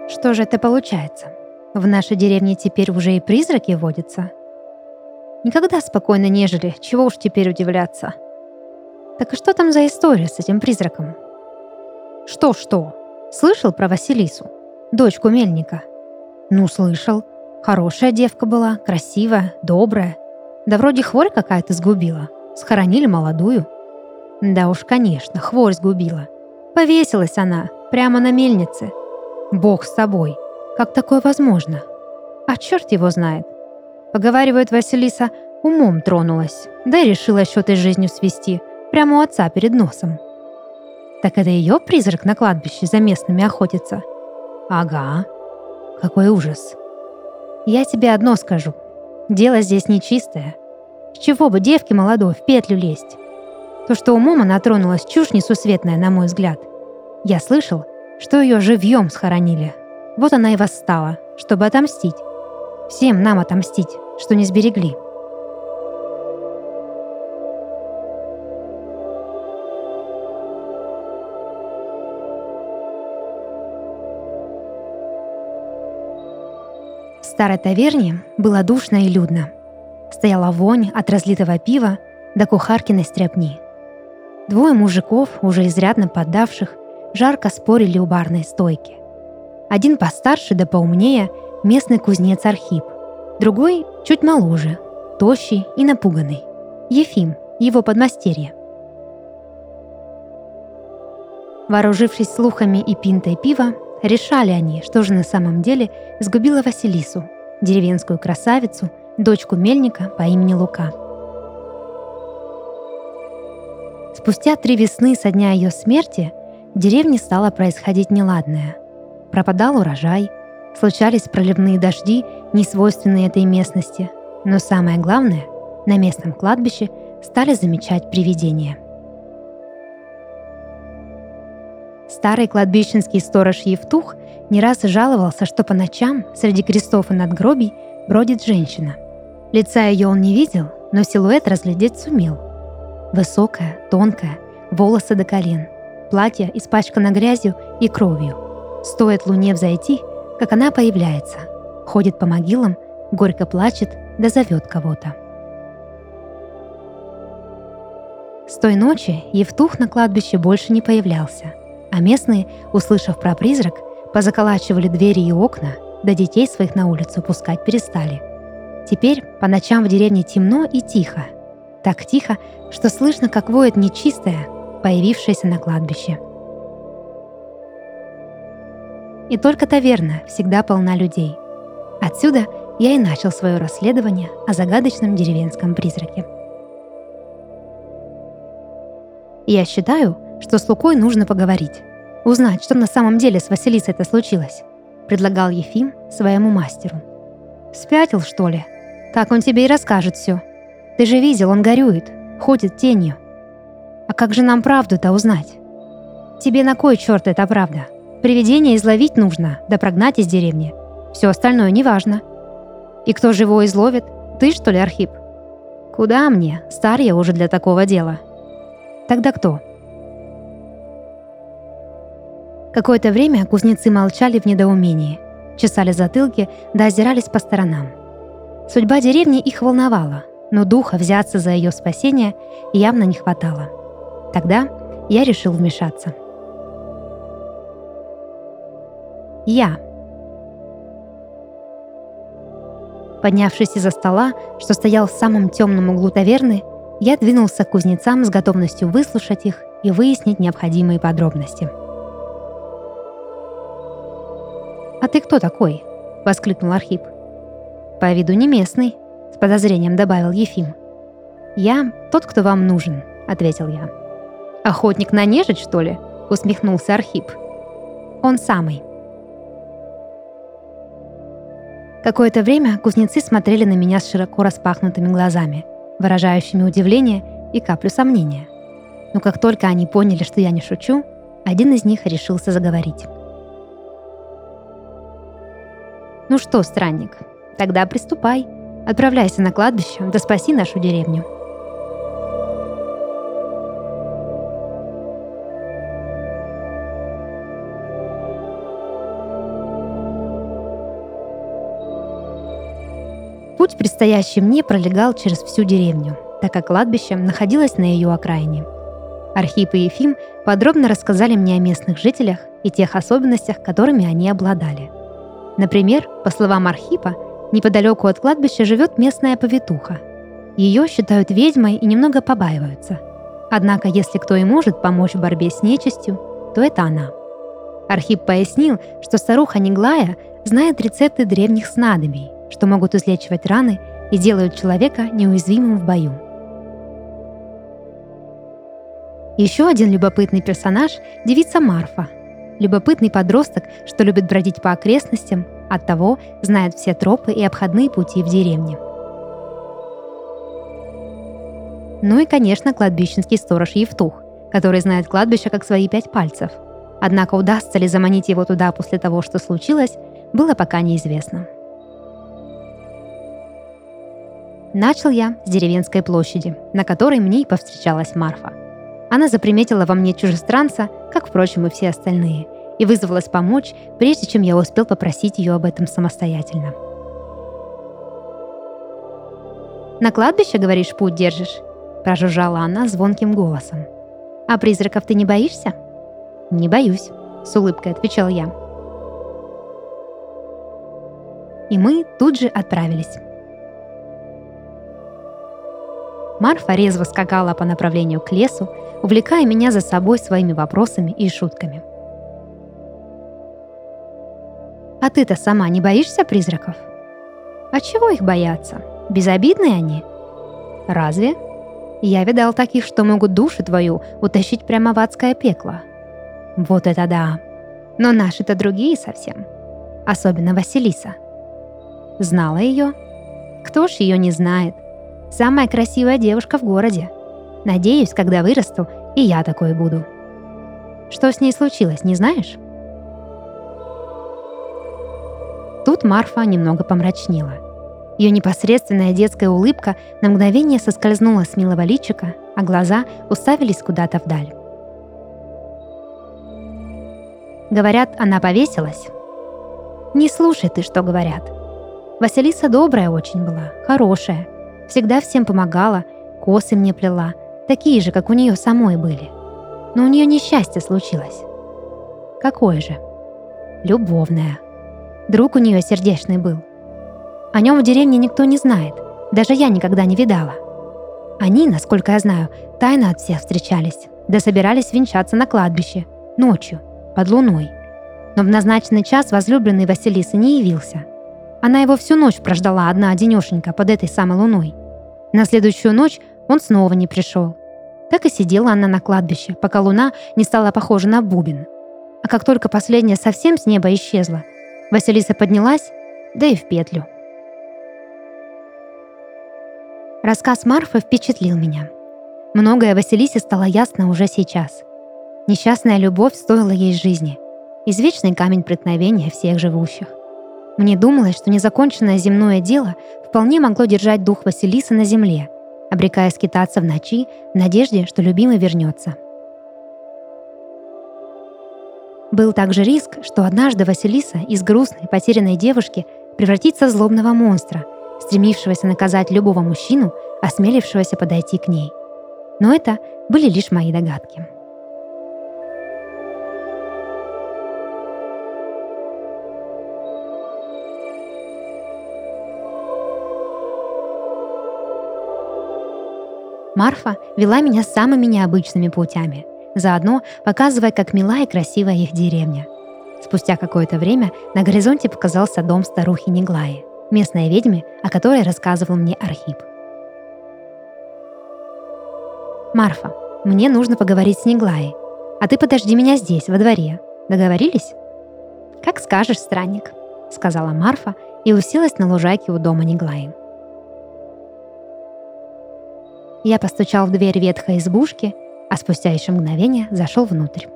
Что же это получается? В нашей деревне теперь уже и призраки водятся? Никогда спокойно не жили, чего уж теперь удивляться. Так и что там за история с этим призраком? Что? Слышал про Василису, дочку мельника? Ну, слышал. Хорошая девка была, красивая, добрая. Да вроде хворь какая-то сгубила. Схоронили молодую. Да уж, конечно, хворь сгубила. Повесилась она, прямо на мельнице. Бог с тобой. Как такое возможно? А черт его знает. Поговаривают, Василиса умом тронулась, да и решила счеты с жизнью свести, прямо у отца перед носом. Так это ее призрак на кладбище за местными охотится? Ага. Какой ужас. Я тебе одно скажу. Дело здесь нечистое. С чего бы девке молодой в петлю лезть? То, что умом она тронулась, чушь несусветная, на мой взгляд. Я слышал, что ее живьем схоронили. Вот она и восстала, чтобы отомстить. Всем нам отомстить, что не сберегли. В старой таверне было душно и людно. Стояла вонь от разлитого пива до кухаркиной стряпни. Двое мужиков, уже изрядно поддавших, жарко спорили у барной стойки. Один постарше да поумнее, местный кузнец Архип. Другой чуть моложе, тощий и напуганный. Ефим, его подмастерье. Вооружившись слухами и пинтой пива, решали они, что же на самом деле сгубила Василису, деревенскую красавицу, дочку мельника по имени Лука. Спустя 3 весны со дня ее смерти в деревне стало происходить неладное. Пропадал урожай, случались проливные дожди, несвойственные этой местности, но самое главное, на местном кладбище стали замечать привидения. Старый кладбищенский сторож Евтух не раз жаловался, что по ночам среди крестов и надгробий бродит женщина. Лица ее он не видел, но силуэт разглядеть сумел. Высокая, тонкая, волосы до колен, платье испачкано грязью и кровью. Стоит луне взойти, как она появляется, ходит по могилам, горько плачет да зовет кого-то. С той ночи Евтух на кладбище больше не появлялся, а местные, услышав про призрак, позаколачивали двери и окна, да детей своих на улицу пускать перестали. Теперь по ночам в деревне темно и тихо. Так тихо, что слышно, как воет нечистое, появившееся на кладбище. И только таверна всегда полна людей. Отсюда я и начал свое расследование о загадочном деревенском призраке. Я считаю, что с Лукой нужно поговорить, узнать, что на самом деле с Василисой это случилось, предлагал Ефим своему мастеру. Спятил, что ли? Так он тебе и расскажет все. Ты же видел, он горюет, ходит тенью. А как же нам правду-то узнать? Тебе на кой черт эта правда? Привидение изловить нужно, да прогнать из деревни. Все остальное неважно. И кто же его изловит? Ты, что ли, Архип? Куда мне? Стар я уже для такого дела. Тогда кто? Какое-то время кузнецы молчали в недоумении, чесали затылки да озирались по сторонам. Судьба деревни их волновала, но духа взяться за ее спасение явно не хватало. Тогда я решил вмешаться. Я. Поднявшись из-за стола, что стоял в самом темном углу таверны, я двинулся к кузнецам с готовностью выслушать их и выяснить необходимые подробности. «А ты кто такой?» — воскликнул Архип. «По виду не местный», — с подозрением добавил Ефим. «Я тот, кто вам нужен», — ответил я. «Охотник на нежить, что ли?» — усмехнулся Архип. «Он самый». Какое-то время кузнецы смотрели на меня с широко распахнутыми глазами, выражающими удивление и каплю сомнения. Но как только они поняли, что я не шучу, один из них решился заговорить. «Ну что, странник, тогда приступай. Отправляйся на кладбище, да спаси нашу деревню». Путь, предстоящий мне, пролегал через всю деревню, так как кладбище находилось на ее окраине. Архип и Ефим подробно рассказали мне о местных жителях и тех особенностях, которыми они обладали. Например, по словам Архипа, неподалеку от кладбища живет местная повитуха. Ее считают ведьмой и немного побаиваются. Однако, если кто и может помочь в борьбе с нечистью, то это она. Архип пояснил, что старуха Неглая знает рецепты древних снадобий, что могут излечивать раны и делают человека неуязвимым в бою. Еще один любопытный персонаж – девица Марфа. Любопытный подросток, что любит бродить по окрестностям, оттого знает все тропы и обходные пути в деревне. Ну и, конечно, кладбищенский сторож Евтух, который знает кладбище как свои 5 пальцев. Однако удастся ли заманить его туда после того, что случилось, было пока неизвестно. Начал я с деревенской площади, на которой мне и повстречалась Марфа. Она заприметила во мне чужестранца, как, впрочем, и все остальные, и вызвалась помочь, прежде чем я успел попросить ее об этом самостоятельно. «На кладбище, говоришь, путь держишь?» – прожужжала она звонким голосом. «А призраков ты не боишься?» «Не боюсь», – с улыбкой отвечал я. И мы тут же отправились. Марфа резво скакала по направлению к лесу, увлекая меня за собой своими вопросами и шутками. «А ты-то сама не боишься призраков?» «А чего их бояться? Безобидные они?» «Разве? Я видал таких, что могут душу твою утащить прямо в адское пекло». «Вот это да! Но наши-то другие совсем. Особенно Василиса». «Знала ее?» «Кто ж ее не знает? Самая красивая девушка в городе. Надеюсь, когда вырасту, и я такой буду». «Что с ней случилось, не знаешь?» Тут Марфа немного помрачнела. Ее непосредственная детская улыбка на мгновение соскользнула с милого личика, а глаза уставились куда-то вдаль. «Говорят, она повесилась?» «Не слушай ты, что говорят. Василиса добрая очень была, хорошая. Всегда всем помогала, косы мне плела, такие же, как у нее самой были. Но у нее несчастье случилось». «Какое же?» «Любовное. Друг у нее сердечный был. О нем в деревне никто не знает, даже я никогда не видала. Они, насколько я знаю, тайно от всех встречались, да собирались венчаться на кладбище, ночью, под луной. Но в назначенный час возлюбленный Василисы не явился. Она его всю ночь прождала одна-одинешенька под этой самой луной. На следующую ночь он снова не пришел. Так и сидела она на кладбище, пока луна не стала похожа на бубен. А как только последняя совсем с неба исчезла, Василиса поднялась, да и в петлю. Рассказ Марфы впечатлил меня. Многое Василисе стало ясно уже сейчас. Несчастная любовь стоила ей жизни. Извечный камень преткновения всех живущих. Мне думалось, что незаконченное земное дело вполне могло держать дух Василисы на земле, обрекая скитаться в ночи в надежде, что любимый вернется. Был также риск, что однажды Василиса из грустной, потерянной девушки превратится в злобного монстра, стремившегося наказать любого мужчину, осмелившегося подойти к ней. Но это были лишь мои догадки. Марфа вела меня самыми необычными путями, заодно показывая, как мила и красива их деревня. Спустя какое-то время на горизонте показался дом старухи Неглаи, местной ведьмы, о которой рассказывал мне Архип. «Марфа, мне нужно поговорить с Неглаей, а ты подожди меня здесь, во дворе. Договорились?» «Как скажешь, странник», — сказала Марфа и уселась на лужайке у дома Неглаи. Я постучал в дверь ветхой избушки, а спустя еще мгновение зашел внутрь.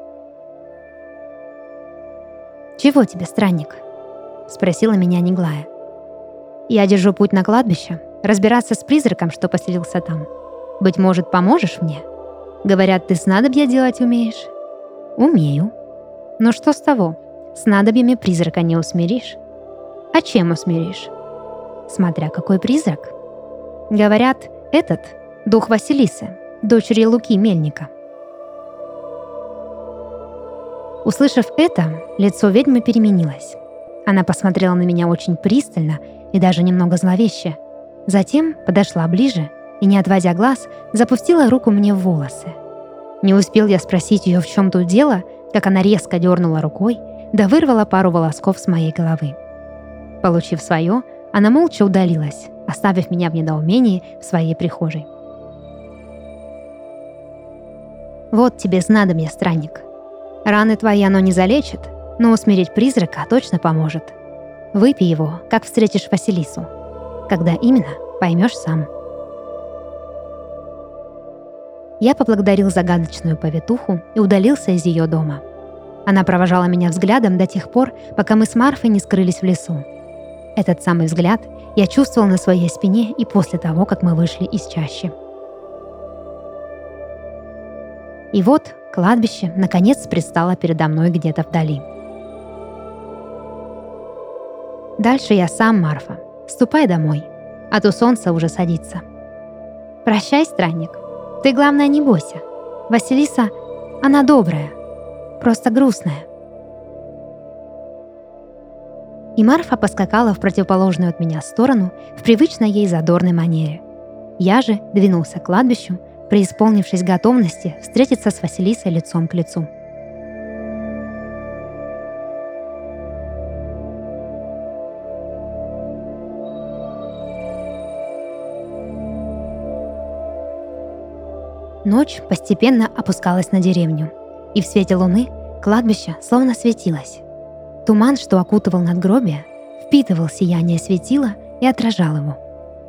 «Чего тебе, странник?» — спросила меня Неглая. «Я держу путь на кладбище, разбираться с призраком, что поселился там. Быть может, поможешь мне? Говорят, ты снадобья делать умеешь?» «Умею. Но что с того? Снадобьями призрака не усмиришь». «А чем усмиришь?» смотря какой призрак. Говорят, этот — дух Василисы, дочери Луки Мельника. Услышав это, лицо ведьмы переменилось. Она посмотрела на меня очень пристально и даже немного зловеще. Затем подошла ближе и, не отводя глаз, запустила руку мне в волосы. Не успел я спросить ее, в чем тут дело, как она резко дернула рукой, да вырвала пару волосков с моей головы. Получив свое, она молча удалилась, оставив меня в недоумении в своей прихожей. «Вот тебе снадобье, странник. Раны твои оно не залечит, но усмирить призрака точно поможет. Выпей его, как встретишь Василису. Когда именно, поймешь сам». Я поблагодарил загадочную повитуху и удалился из ее дома. Она провожала меня взглядом до тех пор, пока мы с Марфой не скрылись в лесу. Этот самый взгляд я чувствовал на своей спине и после того, как мы вышли из чащи. И вот кладбище наконец предстало передо мной где-то вдали. Дальше я сам, Марфа. Ступай домой, а то солнце уже садится. Прощай, странник. Ты, главное, не бойся. Василиса, она добрая, просто грустная. И Марфа поскакала в противоположную от меня сторону в привычной ей задорной манере. Я же двинулся к кладбищу, преисполнившись готовности встретиться с Василисой лицом к лицу. Ночь постепенно опускалась на деревню, и в свете луны кладбище словно светилось. Туман, что окутывал надгробие, впитывал сияние светила и отражал его.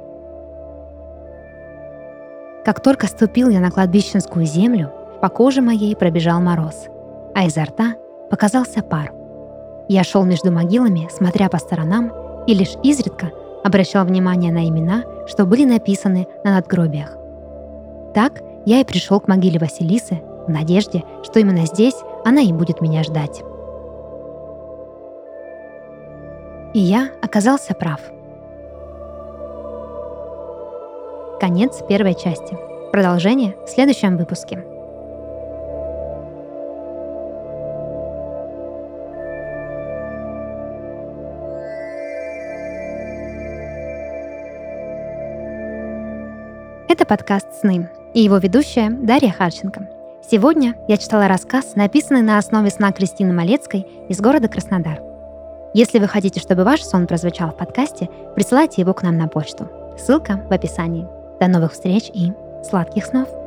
Как только ступил я на кладбищенскую землю, по коже моей пробежал мороз, а изо рта показался пар. Я шел между могилами, смотря по сторонам, и лишь изредка обращал внимание на имена, что были написаны на надгробиях. Так я и пришел к могиле Василисы в надежде, что именно здесь она и будет меня ждать. И я оказался прав. Конец первой части. Продолжение в следующем выпуске. Это подкаст «Сны» и его ведущая Дарья Харченко. Сегодня я читала рассказ, написанный на основе сна Кристины Малецкой из города Краснодар. Если вы хотите, чтобы ваш сон прозвучал в подкасте, присылайте его к нам на почту. Ссылка в описании. До новых встреч и сладких снов!